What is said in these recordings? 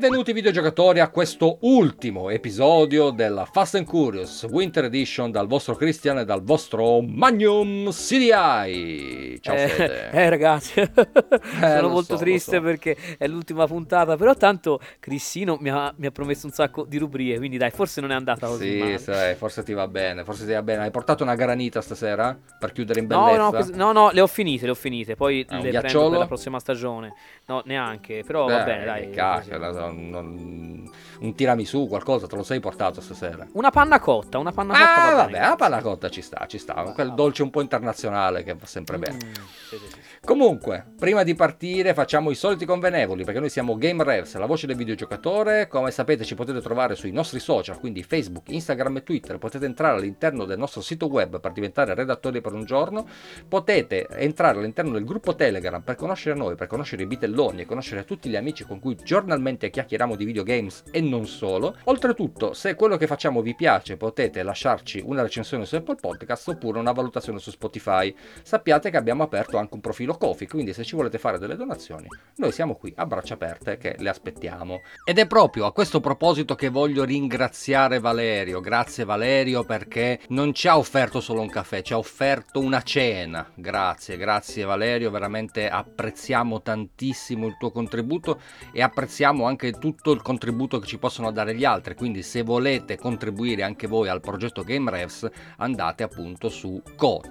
Benvenuti videogiocatori a questo ultimo episodio della Fast and Curious Winter Edition dal vostro Christian e dal vostro Magnum CDI. Ciao Fede. Ragazzi, sono molto triste perché è l'ultima puntata, però tanto Cristino mi ha promesso un sacco di rubriche, quindi dai, forse non è andata così male. Sì, forse ti va bene, Hai portato una granita stasera per chiudere in bellezza? No, le ho finite, poi le prendo ghiacciolo? per la prossima stagione. No, neanche, però va bene, dai. Cacchio, un tiramisù, qualcosa te lo sei portato stasera? Una panna cotta va bene. Vabbè, la panna cotta ci sta, quel dolce un po' internazionale che va sempre bene. Sì. Comunque, prima di partire facciamo i soliti convenevoli, perché noi siamo Game Revs, la voce del videogiocatore. Come sapete ci potete trovare sui nostri social, quindi Facebook, Instagram e Twitter. Potete entrare all'interno del nostro sito web per diventare redattori per un giorno. Potete entrare all'interno del gruppo Telegram per conoscere noi, per conoscere i bitelloni e conoscere tutti gli amici con cui giornalmente chiacchieriamo di videogames e non solo. Oltretutto, se quello che facciamo vi piace, potete lasciarci una recensione su Apple Podcast oppure una valutazione su Spotify. Sappiate che abbiamo aperto anche un profilo Ko-fi, quindi se ci volete fare delle donazioni noi siamo qui a braccia aperte che le aspettiamo. Ed è proprio a questo proposito che voglio ringraziare Valerio. Grazie Valerio, perché non ci ha offerto solo un caffè, ci ha offerto una cena. Grazie Valerio, veramente apprezziamo tantissimo il tuo contributo e apprezziamo anche tutto il contributo che ci possono dare gli altri, quindi se volete contribuire anche voi al progetto Game Revs andate appunto su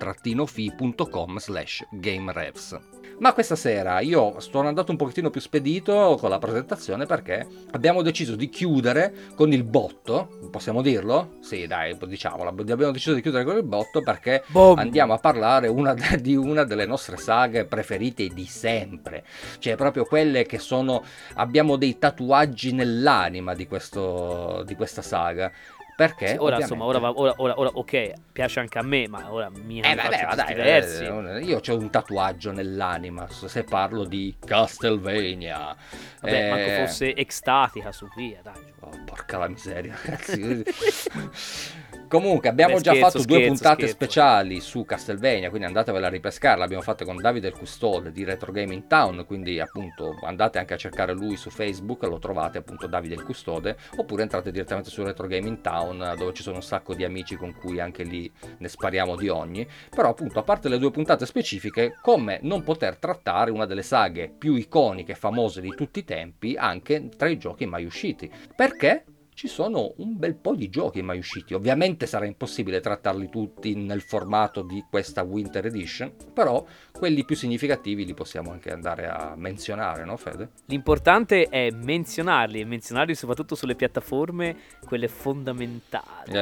ko-fi.com/GameRevs. Ma questa sera io sono andato un pochettino più spedito con la presentazione perché abbiamo deciso di chiudere con il botto, possiamo dirlo? Sì dai, diciamolo, abbiamo deciso di chiudere con il botto perché andiamo a parlare di una delle nostre saghe preferite di sempre, cioè proprio quelle che abbiamo dei tatuaggi nell'anima di questa saga. Perché sì, ora insomma, ora ok, piace anche a me, ma ora mi diversi. Io c'ho un tatuaggio nell'anima se parlo di Castlevania. Vabbè, manco fosse extatica su via, dai. Oh, porca la miseria, ragazzi. Comunque abbiamo già fatto due puntate speciali su Castlevania, quindi andatevela a ripescare. L'abbiamo fatte con Davide il Custode di Retro Gaming Town, quindi appunto andate anche a cercare lui su Facebook, lo trovate appunto Davide il Custode, oppure entrate direttamente su Retro Gaming Town, dove ci sono un sacco di amici con cui anche lì ne spariamo di ogni. Però appunto, a parte le due puntate specifiche, come non poter trattare una delle saghe più iconiche e famose di tutti i tempi anche tra i giochi mai usciti. Perché? Ci sono un bel po' di giochi mai usciti. Ovviamente sarà impossibile trattarli tutti nel formato di questa Winter Edition, però quelli più significativi li possiamo anche andare a menzionare, no Fede? L'importante è menzionarli soprattutto sulle piattaforme, quelle fondamentali.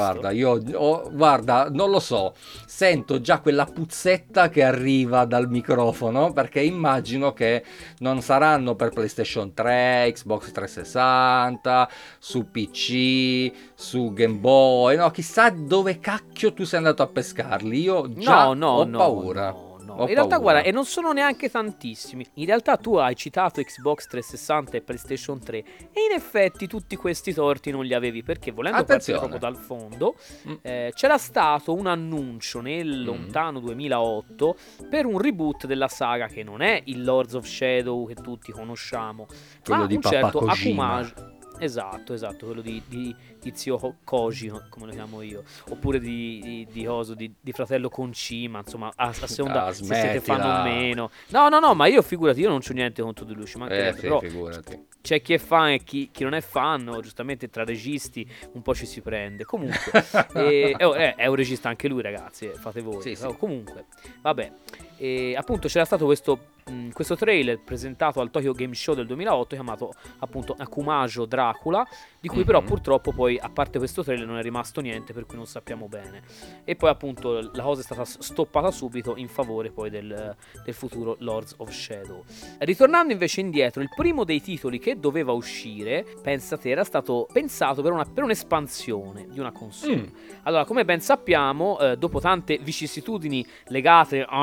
Guarda, non lo so, sento già quella puzzetta che arriva dal microfono, perché immagino che non saranno per PlayStation 3, Xbox 360, su PC, su Game Boy, no, chissà dove cacchio tu sei andato a pescarli. Io già ho paura. In realtà guarda, e non sono neanche tantissimi. In realtà tu hai citato Xbox 360 e PlayStation 3 e in effetti tutti questi torti non li avevi, perché volendo partire proprio dal fondo c'era stato un annuncio nel lontano 2008 per un reboot della saga che non è il Lords of Shadow che tutti conosciamo, quello ma di un Papa certo Kojima. Akumage. Esatto, quello di zio Koji, come lo chiamo io, oppure di fratello Concima, insomma, a seconda se siete fan o meno. No, ma io figurati, io non c'ho niente contro di lui, ci mancherebbe, sì, però figurati. c'è chi è fan e chi non è fan, giustamente tra registi un po' ci si prende. Comunque, è un regista anche lui, ragazzi, fate voi. Sì. Comunque, vabbè. E appunto c'era stato questo trailer presentato al Tokyo Game Show del 2008 chiamato appunto Akumajo Dracula, di cui però purtroppo poi, a parte questo trailer, non è rimasto niente, per cui non sappiamo bene. E poi appunto la cosa è stata stoppata subito in favore poi del futuro Lords of Shadow. Ritornando invece indietro, il primo dei titoli che doveva uscire, pensate, era stato pensato per un'espansione di una console. Allora, come ben sappiamo, dopo tante vicissitudini legate alle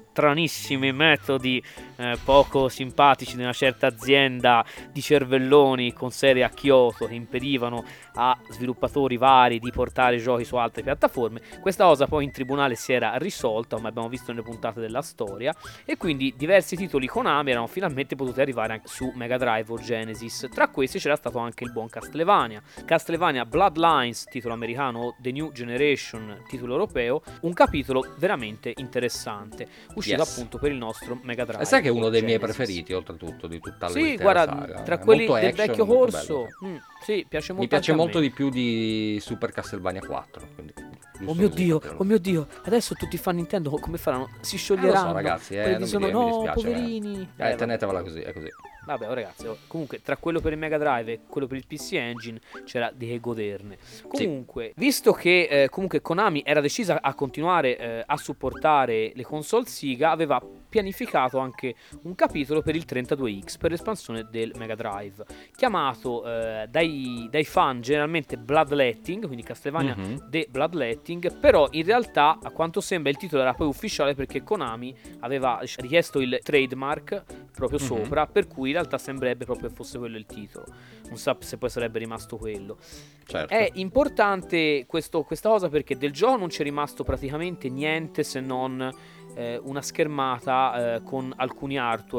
stranissimi metodi poco simpatici di una certa azienda di cervelloni con sede a Kyoto che impedivano a sviluppatori vari di portare giochi su altre piattaforme. Questa cosa poi in tribunale si era risolta, come abbiamo visto nelle puntate della storia, e quindi diversi titoli Konami erano finalmente potuti arrivare anche su Mega Drive o Genesis. Tra questi c'era stato anche il buon Castlevania Bloodlines, titolo americano, o The New Generation, titolo europeo, un capitolo veramente interessante, uscito appunto per il nostro Mega Drive. E sai che è uno dei miei Genesis. preferiti, oltretutto, di tutta la Sì, guarda, saga. tra È quelli molto del action, vecchio molto corso, bello. sì, piace molto. Mi piace anche a molto me. di più di Super Castlevania 4. Quindi, Oh mio Dio, adesso tutti i fan Nintendo come faranno? Si lo scioglieranno. so, ragazzi, Quelli non mi sono, dire, mi no, dispiace, poverini. vabbè. Tenetevela così, è così. Vabbè, ragazzi, comunque tra quello per il Mega Drive e quello per il PC Engine c'era di che goderne. Comunque, visto che comunque Konami era decisa a continuare a supportare le console Sega, aveva pianificato anche un capitolo per il 32X, per l'espansione del Mega Drive, chiamato dai fan generalmente Bloodletting, quindi Castlevania The Bloodletting, però in realtà a quanto sembra il titolo era poi ufficiale perché Konami aveva richiesto il trademark proprio sopra, per cui in realtà sembrerebbe proprio che fosse quello il titolo. Non so se poi sarebbe rimasto quello. Certo. È importante questa cosa perché del gioco non c'è rimasto praticamente niente se non una schermata con alcuni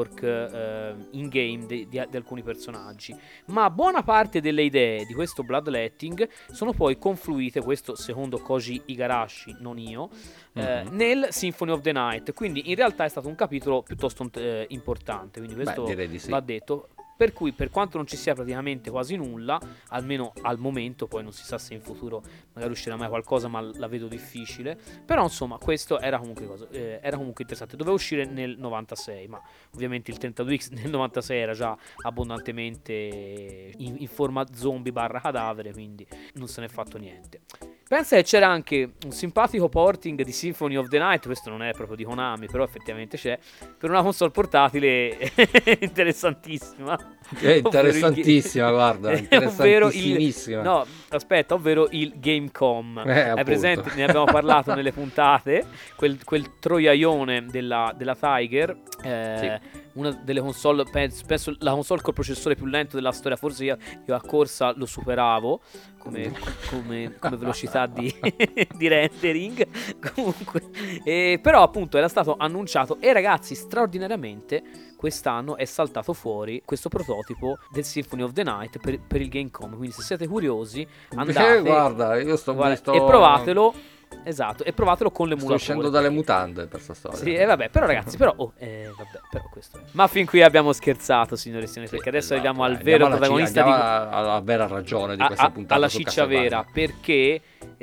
artwork in game di alcuni personaggi, ma buona parte delle idee di questo Bloodletting sono poi confluite, questo secondo Koji Igarashi, non io, nel Symphony of the Night, quindi in realtà è stato un capitolo piuttosto importante, quindi questo direi di sì. va detto. Per cui, per quanto non ci sia praticamente quasi nulla, almeno al momento, poi non si sa se in futuro magari uscirà mai qualcosa, ma la vedo difficile. Però insomma, questo era comunque interessante. Doveva uscire nel 96, ma ovviamente il 32X nel 96 era già abbondantemente in forma zombie / cadavere, quindi non se n'è fatto niente. Pensa che c'era anche un simpatico porting di Symphony of the Night, questo non è proprio di Konami, però effettivamente c'è, per una console portatile interessantissima. È interessantissima, guarda, interessantissimissima. No, aspetta, ovvero il Gamecom. Hai appunto. presente? Ne abbiamo parlato nelle puntate, quel troiaione della Tiger, Sì. una delle console, penso la console col processore più lento della storia, forse io a corsa lo superavo come velocità di rendering. Comunque, però appunto era stato annunciato e ragazzi, straordinariamente quest'anno è saltato fuori questo prototipo del Symphony of the Night per il Gamecom, quindi se siete curiosi andate, guarda, io sto e provatelo. Esatto, e provatelo con l'emulatore. Sto uscendo dalle mutande per sta storia. Sì, vabbè, però ragazzi, però questo è. Ma fin qui abbiamo scherzato, signori e signori, perché adesso arriviamo al vero protagonista alla vera ragione di questa puntata, alla ciccia vera, perché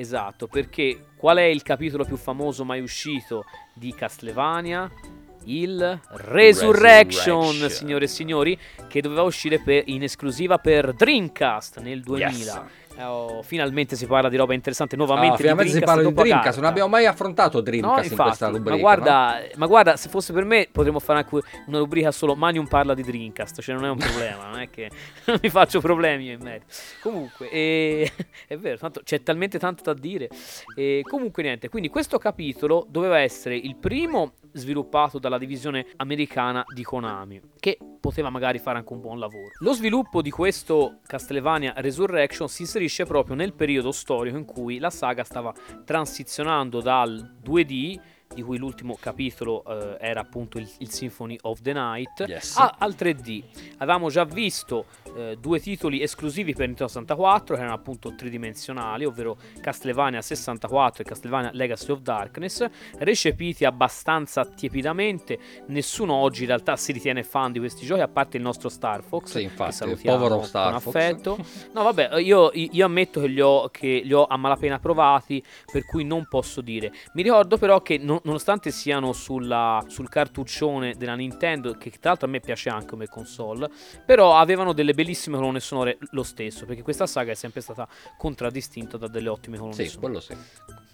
qual è il capitolo più famoso mai uscito di Castlevania? Il Resurrection, signore e signori, che doveva uscire in esclusiva per Dreamcast nel 2000. Yes. Finalmente si parla di roba interessante nuovamente. Finalmente si parla di Dreamcast. Non abbiamo mai affrontato Dreamcast in questa rubrica. Ma guarda, se fosse per me potremmo fare anche una rubrica solo Manium parla di Dreamcast. Cioè non è un problema, non è che non mi faccio problemi io in merito. Comunque è vero, tanto, c'è talmente tanto da dire. Comunque niente, quindi questo capitolo doveva essere il primo sviluppato dalla divisione americana di Konami, che poteva magari fare anche un buon lavoro. Lo sviluppo di questo Castlevania Resurrection si inserisce proprio nel periodo storico in cui la saga stava transizionando dal 2D, di cui l'ultimo capitolo era appunto il Symphony of the Night, al 3D. Avevamo già visto due titoli esclusivi per Nintendo 64 che erano appunto tridimensionali, ovvero Castlevania 64 e Castlevania Legacy of Darkness, recepiti abbastanza tiepidamente. Nessuno oggi in realtà si ritiene fan di questi giochi, a parte il nostro Star Fox, sì, infatti, che salutiamo povero Star con Fox. affetto. No vabbè, io ammetto che li ho a malapena provati, per cui non posso dire. Mi ricordo però che nonostante siano sul cartuccione della Nintendo, che tra l'altro a me piace anche come console, però avevano delle bellissime colonne sonore lo stesso, perché questa saga è sempre stata contraddistinta da delle ottime colonne sonore. Quello sì.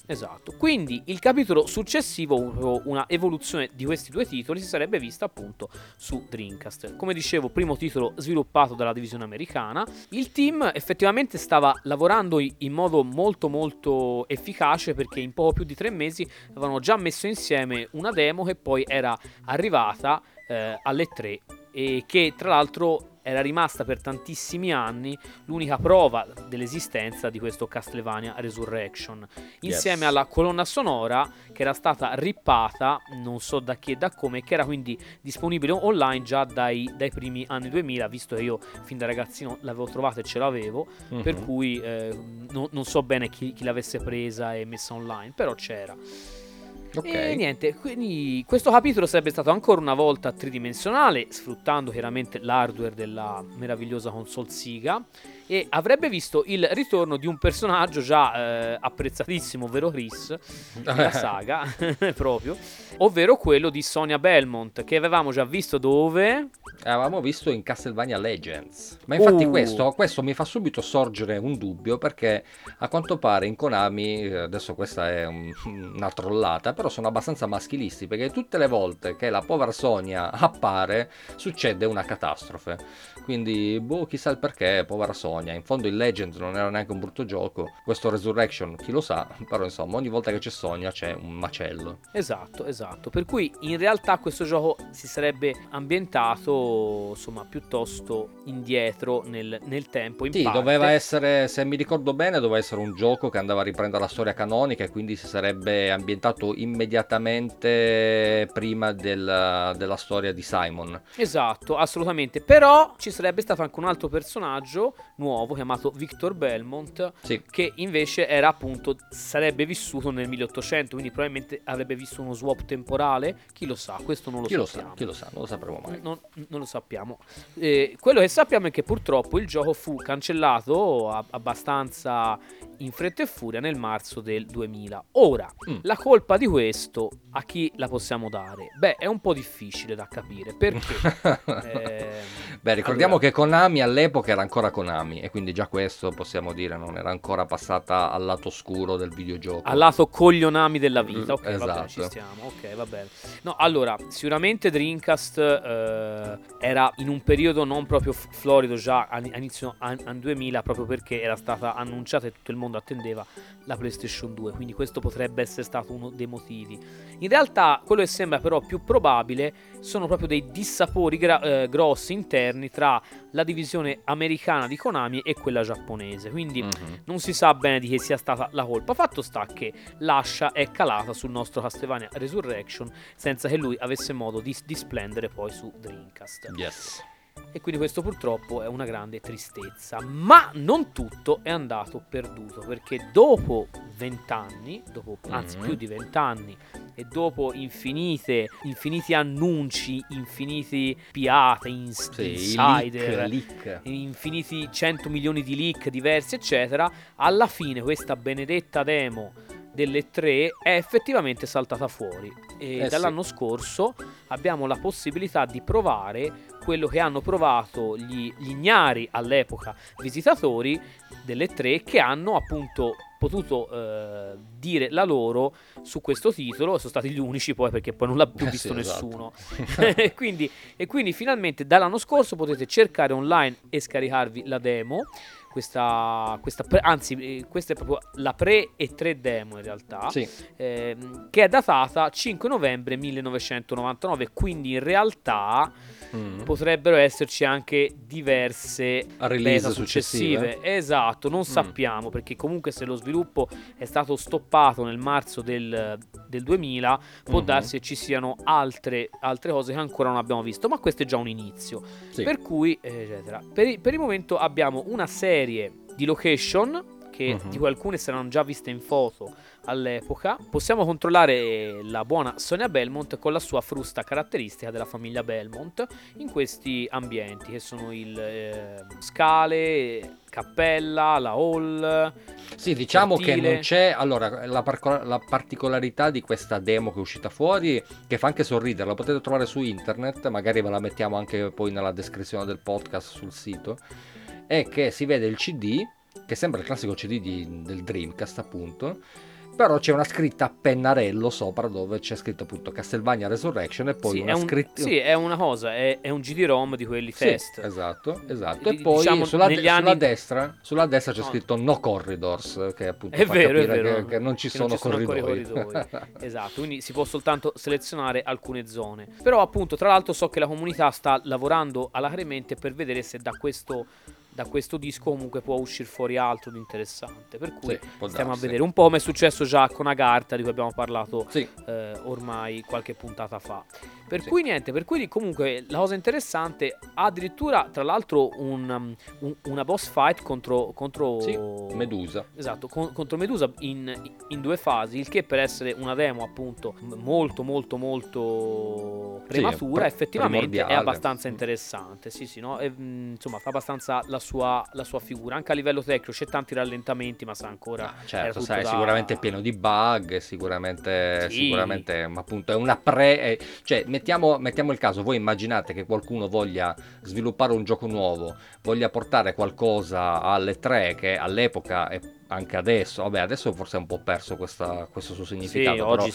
Esatto, quindi il capitolo successivo, una evoluzione di questi due titoli, si sarebbe vista appunto su Dreamcast. Come dicevo, primo titolo sviluppato dalla divisione americana. Il team effettivamente stava lavorando in modo molto molto efficace, perché in poco più di 3 mesi avevano già messo insieme una demo che poi era arrivata alle 3 e che tra l'altro era rimasta per tantissimi anni l'unica prova dell'esistenza di questo Castlevania Resurrection, insieme alla colonna sonora che era stata rippata, non so da chi e da come, che era quindi disponibile online già dai primi anni 2000, visto che io fin da ragazzino l'avevo trovata e ce l'avevo, per cui non so bene chi l'avesse presa e messa online, però c'era. Okay. E niente, quindi questo capitolo sarebbe stato ancora una volta tridimensionale, sfruttando chiaramente l'hardware della meravigliosa console Sega, e avrebbe visto il ritorno di un personaggio già apprezzatissimo, ovvero Chris, della saga, proprio, ovvero quello di Sonia Belmont, che avevamo già visto dove? Avevamo visto in Castlevania Legends. Ma infatti questo mi fa subito sorgere un dubbio, perché a quanto pare in Konami, adesso questa è una trollata, però sono abbastanza maschilisti, perché tutte le volte che la povera Sonia appare succede una catastrofe. Quindi, chissà il perché, povera Sonia. In fondo il Legend non era neanche un brutto gioco. Questo Resurrection, chi lo sa, però insomma, ogni volta che c'è Sonia c'è un macello. Esatto. Per cui in realtà questo gioco si sarebbe ambientato, insomma, piuttosto indietro nel tempo. In parte doveva essere, se mi ricordo bene, doveva essere un gioco che andava a riprendere la storia canonica, e quindi si sarebbe ambientato immediatamente prima della storia di Simon. Esatto, assolutamente. Però ci sarebbe stato anche un altro personaggio nuovo chiamato Victor Belmont, che invece era appunto, sarebbe vissuto nel 1800, quindi probabilmente avrebbe visto uno swap temporale. Chi lo sa, questo non lo sappiamo. Chi lo sa, non lo sapremo mai. Non lo sappiamo. Quello che sappiamo è che purtroppo il gioco fu cancellato abbastanza in fretta e furia nel marzo del 2000. Ora, la colpa di questo a chi la possiamo dare? Beh, è un po' difficile da capire, perché beh, ricordiamo che Konami all'epoca era ancora Konami, e quindi già questo possiamo dire non era ancora passata al lato oscuro del videogioco, al lato coglionami della vita. Ok, esatto. vabbè, ci stiamo. Ok, va bene. No, allora, sicuramente Dreamcast era in un periodo non proprio florido già a inizio anni 2000, proprio perché era stata annunciata e tutto il mondo attendeva la PlayStation 2, quindi questo potrebbe essere stato uno dei motivi. In realtà quello che sembra però più probabile sono proprio dei dissapori grossi interni tra la divisione americana di Konami e quella giapponese, quindi non si sa bene di chi sia stata la colpa. Fatto sta che l'ascia è calata sul nostro Castlevania Resurrection senza che lui avesse modo di splendere poi su Dreamcast. Yes. E quindi questo purtroppo è una grande tristezza. Ma non tutto è andato perduto, perché dopo 20 anni, anzi più di 20 anni, e dopo infiniti annunci, infiniti piate, insider, leak. infiniti 100 milioni di leak diversi, eccetera, alla fine questa benedetta demo delle 3 è effettivamente saltata fuori, e dall'anno scorso abbiamo la possibilità di provare quello che hanno provato gli ignari all'epoca visitatori delle 3, che hanno appunto potuto dire la loro su questo titolo. Sono stati gli unici poi, perché poi non l'ha più visto nessuno. e quindi finalmente dall'anno scorso potete cercare online e scaricarvi la demo. Questa è proprio la pre e 3 demo in realtà, che è datata 5 novembre 1999, quindi in realtà potrebbero esserci anche diverse release beta successive. Esatto, non sappiamo, perché comunque se lo sviluppo è stato stoppato nel marzo del 2000, può darsi che ci siano altre cose che ancora non abbiamo visto, ma questo è già un inizio, per cui eccetera. Per il momento abbiamo una serie di location che di cui alcune saranno già viste in foto all'epoca. Possiamo controllare la buona Sonia Belmont con la sua frusta caratteristica della famiglia Belmont in questi ambienti, che sono il scale, cappella, la hall. Sì, diciamo cortile. Che non c'è. Allora, la particolarità di questa demo che è uscita fuori, che fa anche sorridere, la potete trovare su internet, magari ve la mettiamo anche poi nella descrizione del podcast sul sito, è che si vede il CD, che sembra il classico CD del Dreamcast appunto, però c'è una scritta a pennarello sopra dove c'è scritto appunto Castlevania Resurrection e poi una scritta... Sì, è una cosa, è un GD-ROM di quelli test. Esatto. E poi diciamo, sulla anni... destra c'è scritto No Corridors, che appunto è fa vero, capire che non ci sono corridoi. Esatto, quindi si può soltanto selezionare alcune zone. Però appunto, tra l'altro, so che la comunità sta lavorando alacremente per vedere se da questo disco comunque può uscire fuori altro di interessante, per cui stiamo a vedere un po' come è successo già con Agartha, di cui abbiamo parlato ormai qualche puntata fa. Per cui niente, comunque la cosa interessante, addirittura tra l'altro una boss fight contro Medusa. Esatto, contro Medusa in 2 fasi, il che per essere una demo appunto molto prematura, effettivamente è abbastanza interessante. Sì, no? Insomma, fa abbastanza la sua figura. Anche a livello tecnico c'è tanti rallentamenti, ma sa ancora. Certo, sai, sicuramente è pieno di bug, sicuramente appunto è una cioè mettiamo il caso, voi immaginate che qualcuno voglia sviluppare un gioco nuovo, voglia portare qualcosa alle 3 che all'epoca è anche adesso forse è un po' perso questo suo significato, oggi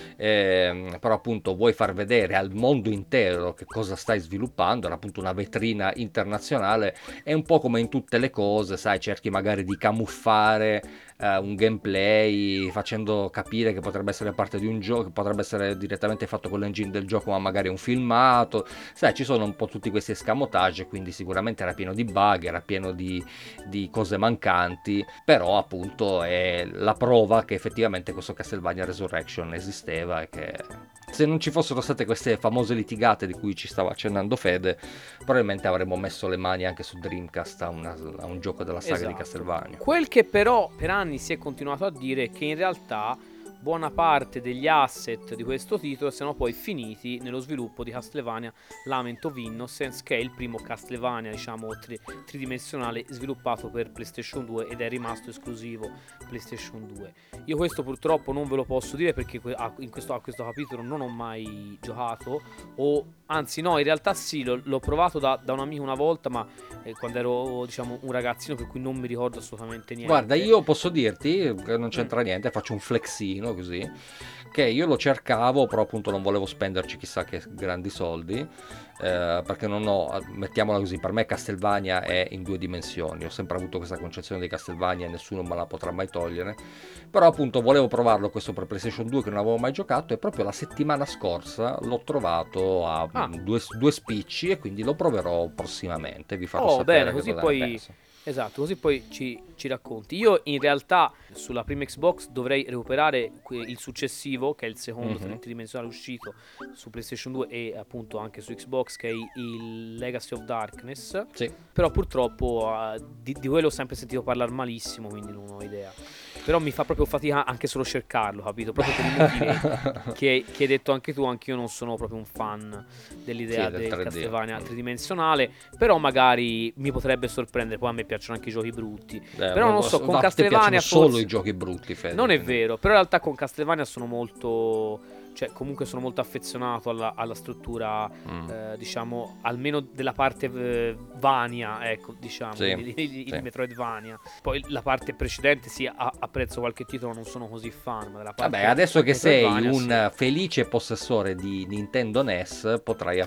però appunto vuoi far vedere al mondo intero che cosa stai sviluppando, era appunto una vetrina internazionale. È un po' come in tutte le cose, sai, cerchi magari di camuffare un gameplay facendo capire che potrebbe essere parte di un gioco, che potrebbe essere direttamente fatto con l'engine del gioco, ma magari un filmato, sai, ci sono un po' tutti questi escamotage, quindi sicuramente era pieno di bug, era pieno di cose mancanti, però appunto è la prova che effettivamente questo Castlevania Resurrection esisteva e che se non ci fossero state queste famose litigate di cui ci stava accennando Fede, probabilmente avremmo messo le mani anche su Dreamcast a un gioco della saga di Castlevania. Quel che però per anni si è continuato a dire è che in realtà buona parte degli asset di questo titolo siano poi finiti nello sviluppo di Castlevania Lament of Innocence, che è il primo Castlevania, diciamo, tridimensionale sviluppato per PlayStation 2 ed è rimasto esclusivo PlayStation 2. Io questo purtroppo non ve lo posso dire perché a questo capitolo non ho mai giocato, o anzi no, in realtà sì, l'ho provato da un amico una volta, ma quando ero, diciamo, un ragazzino, per cui non mi ricordo assolutamente niente. Guarda, io posso dirti che non c'entra niente, faccio un flexino così, che io lo cercavo, però appunto non volevo spenderci chissà che grandi soldi, perché non ho, mettiamola così, per me Castlevania è in 2 dimensioni, ho sempre avuto questa concezione di Castlevania e nessuno me la potrà mai togliere, però appunto volevo provarlo questo per PlayStation 2 che non avevo mai giocato, e proprio la settimana scorsa l'ho trovato a due spicci, e quindi lo proverò prossimamente, vi farò sapere bene, così cosa poi ne penso. Esatto, così poi ci racconti. Io in realtà sulla prima Xbox dovrei recuperare il successivo, che è il secondo tridimensionale uscito su PlayStation 2 e appunto anche su Xbox, che è il Legacy of Darkness. Sì. Però purtroppo di quello ho sempre sentito parlare malissimo, quindi non ho idea. Però mi fa proprio fatica anche solo cercarlo, capito? Proprio per i motivi che hai detto anche tu. Anch'io non sono proprio un fan dell'idea del Castlevania tridimensionale, però magari mi potrebbe sorprendere. Poi a me piacciono anche i giochi brutti, però non so, con Castlevania solo i giochi brutti, Fede. Non è vero, però in realtà con Castlevania sono molto, cioè comunque sono molto affezionato alla struttura, diciamo, almeno della parte Vania, ecco, diciamo, di Metroidvania. Poi la parte precedente sì, apprezzo qualche titolo, non sono così fan, ma della parte adesso che sei un felice possessore di Nintendo NES potrai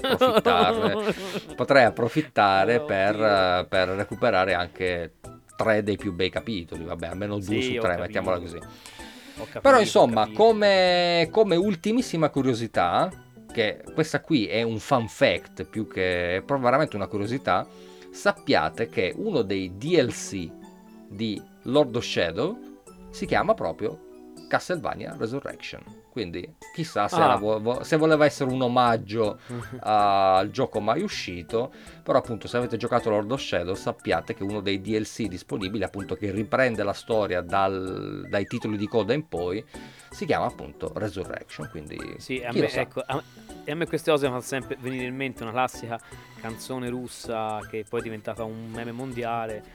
approfittare per recuperare anche 3 dei più bei capitoli, vabbè, almeno 2 su 3, mettiamola così. Però insomma, come ultimissima curiosità, che questa qui è un fun fact più che è veramente una curiosità, sappiate che uno dei DLC di Lord of Shadow si chiama proprio Castlevania Resurrection. Quindi chissà se voleva essere un omaggio al gioco mai uscito. Però appunto, se avete giocato Lord of Shadow, sappiate che uno dei DLC disponibili, appunto, che riprende la storia dai titoli di coda in poi, si chiama appunto Resurrection. Quindi sì, a me queste cose fanno sempre venire in mente una classica canzone russa che poi è diventata un meme mondiale.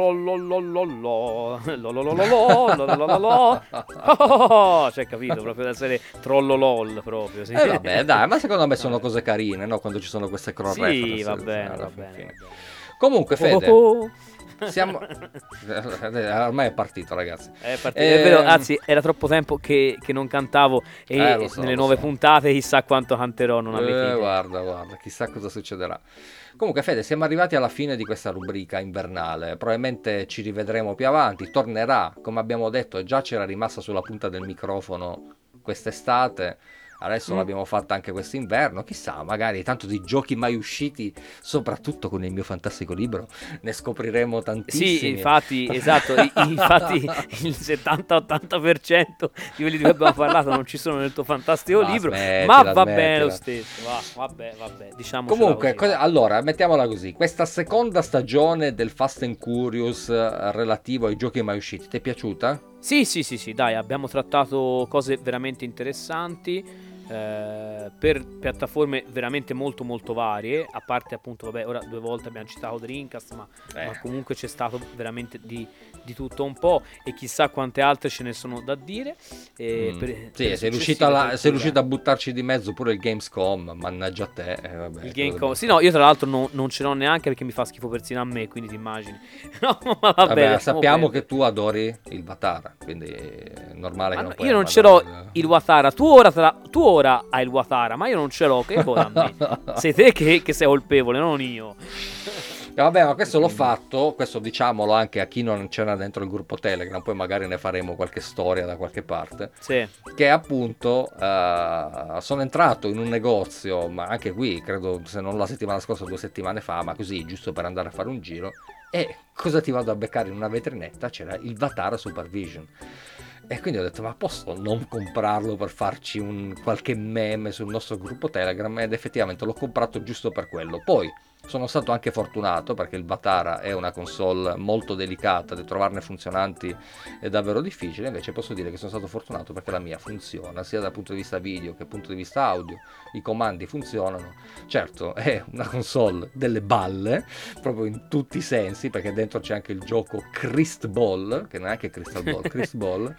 Cioè, capito, proprio da serie trollolol proprio, sì. Vabbè, dai, ma secondo me sono cose carine, no? Quando ci sono queste cross reference. Va bene. Comunque, Fede, Oh. siamo... ormai è partito, ragazzi. È vero, anzi, era troppo tempo che non cantavo e Lo so, nelle lo nuove so. puntate chissà quanto canterò, non avete idea. Guarda, chissà cosa succederà. Comunque, Fede, siamo arrivati alla fine di questa rubrica invernale. Probabilmente ci rivedremo più avanti. Tornerà, come abbiamo detto, già c'era rimasta sulla punta del microfono quest'estate. Adesso l'abbiamo fatta anche quest'inverno. Chissà, magari tanto di giochi mai usciti, soprattutto con il mio fantastico libro, ne scopriremo tantissimi. Sì, infatti, esatto, infatti il 70-80% di quelli di cui abbiamo parlato non ci sono nel tuo fantastico libro, ma va bene lo stesso, vabbè, diciamo. Comunque, allora, mettiamola così, questa seconda stagione del Fast and Curious relativo ai giochi mai usciti, ti è piaciuta? Sì, dai, abbiamo trattato cose veramente interessanti. Per piattaforme veramente molto molto varie, a parte appunto, vabbè, ora 2 volte abbiamo citato Dreamcast, ma comunque c'è stato veramente di tutto un po', e chissà quante altre ce ne sono da dire. Sì, sei riuscito a buttarci di mezzo pure il Gamescom, mannaggia a te. Vabbè, il Gamescom, sì, no, io tra l'altro non ce l'ho neanche perché mi fa schifo persino a me, quindi ti immagini. No, ma vabbè, sappiamo che tu adori il Vatara, quindi è normale che non puoi. Io non ce l'ho il Watara, tu ora hai il Watara, ma io non ce l'ho, che vuoi a me? Sei te che sei colpevole, non io. Vabbè, ma questo l'ho fatto, questo diciamolo anche a chi non c'era dentro il gruppo Telegram, poi magari ne faremo qualche storia da qualche parte. Sì. Che appunto sono entrato in un negozio, ma anche qui credo, se non la settimana scorsa, 2 settimane fa, ma così giusto per andare a fare un giro, e cosa ti vado a beccare in una vetrinetta? C'era il Vatara Supervision. E quindi ho detto, ma posso non comprarlo per farci qualche meme sul nostro gruppo Telegram? Ed effettivamente l'ho comprato giusto per quello. Poi sono stato anche fortunato perché il Vatara è una console molto delicata, di trovarne funzionanti è davvero difficile. Invece posso dire che sono stato fortunato perché la mia funziona sia dal punto di vista video che dal punto di vista audio. I comandi funzionano. Certo, è una console delle balle, proprio in tutti i sensi, perché dentro c'è anche il gioco Crystal Ball, che non è anche Crystal Ball, Crystal Ball.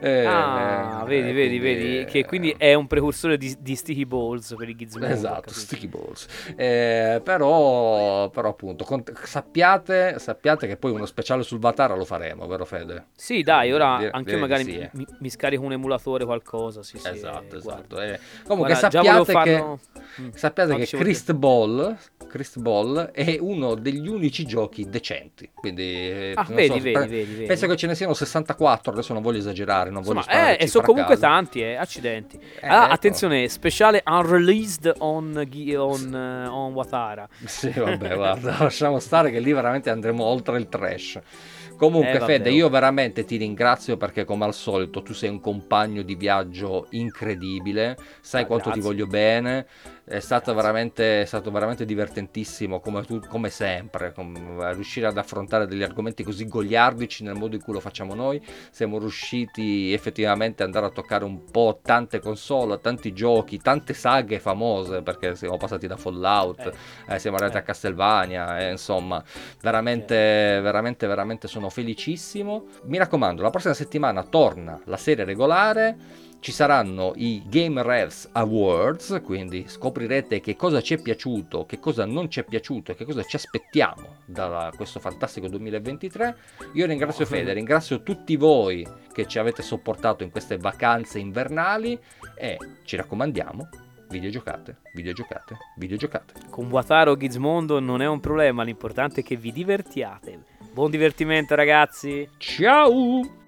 Vedi, che quindi è un precursore di Sticky Balls per i Gizmodo. Esatto, Sticky Balls. Però appunto, sappiate che poi uno speciale sul Vatara lo faremo, vero Fede? Sì, dai, ora anche io magari mi scarico un emulatore, qualcosa. Sì, esatto. Guarda, Comunque sappiate che Crystal Ball è uno degli unici giochi decenti. Quindi vedi. Penso che ce ne siano 64, adesso non voglio esagerare, non voglio e sono comunque tanti, accidenti. Attenzione, speciale unreleased on Watara. Sì, vabbè, guarda, lasciamo stare che lì veramente andremo oltre il trash. Comunque Fede, io veramente ti ringrazio perché come al solito tu sei un compagno di viaggio incredibile, sai quanto grazie. ti voglio bene, è stato veramente divertentissimo come sempre, riuscire ad affrontare degli argomenti così goliardici nel modo in cui lo facciamo noi. Siamo riusciti effettivamente ad andare a toccare un po' tante console, tanti giochi, tante saghe famose, perché siamo passati da Fallout, siamo arrivati a Castlevania, insomma veramente sono felicissimo. Mi raccomando, la prossima settimana torna la serie regolare, ci saranno i Game Revs Awards, quindi scoprirete che cosa ci è piaciuto, che cosa non ci è piaciuto e che cosa ci aspettiamo da questo fantastico 2023. Io ringrazio Fede, ringrazio tutti voi che ci avete sopportato in queste vacanze invernali e ci raccomandiamo, videgiocate. Con Wataro Gizmondo non è un problema, l'importante è che vi divertiate. Buon divertimento, ragazzi. Ciao!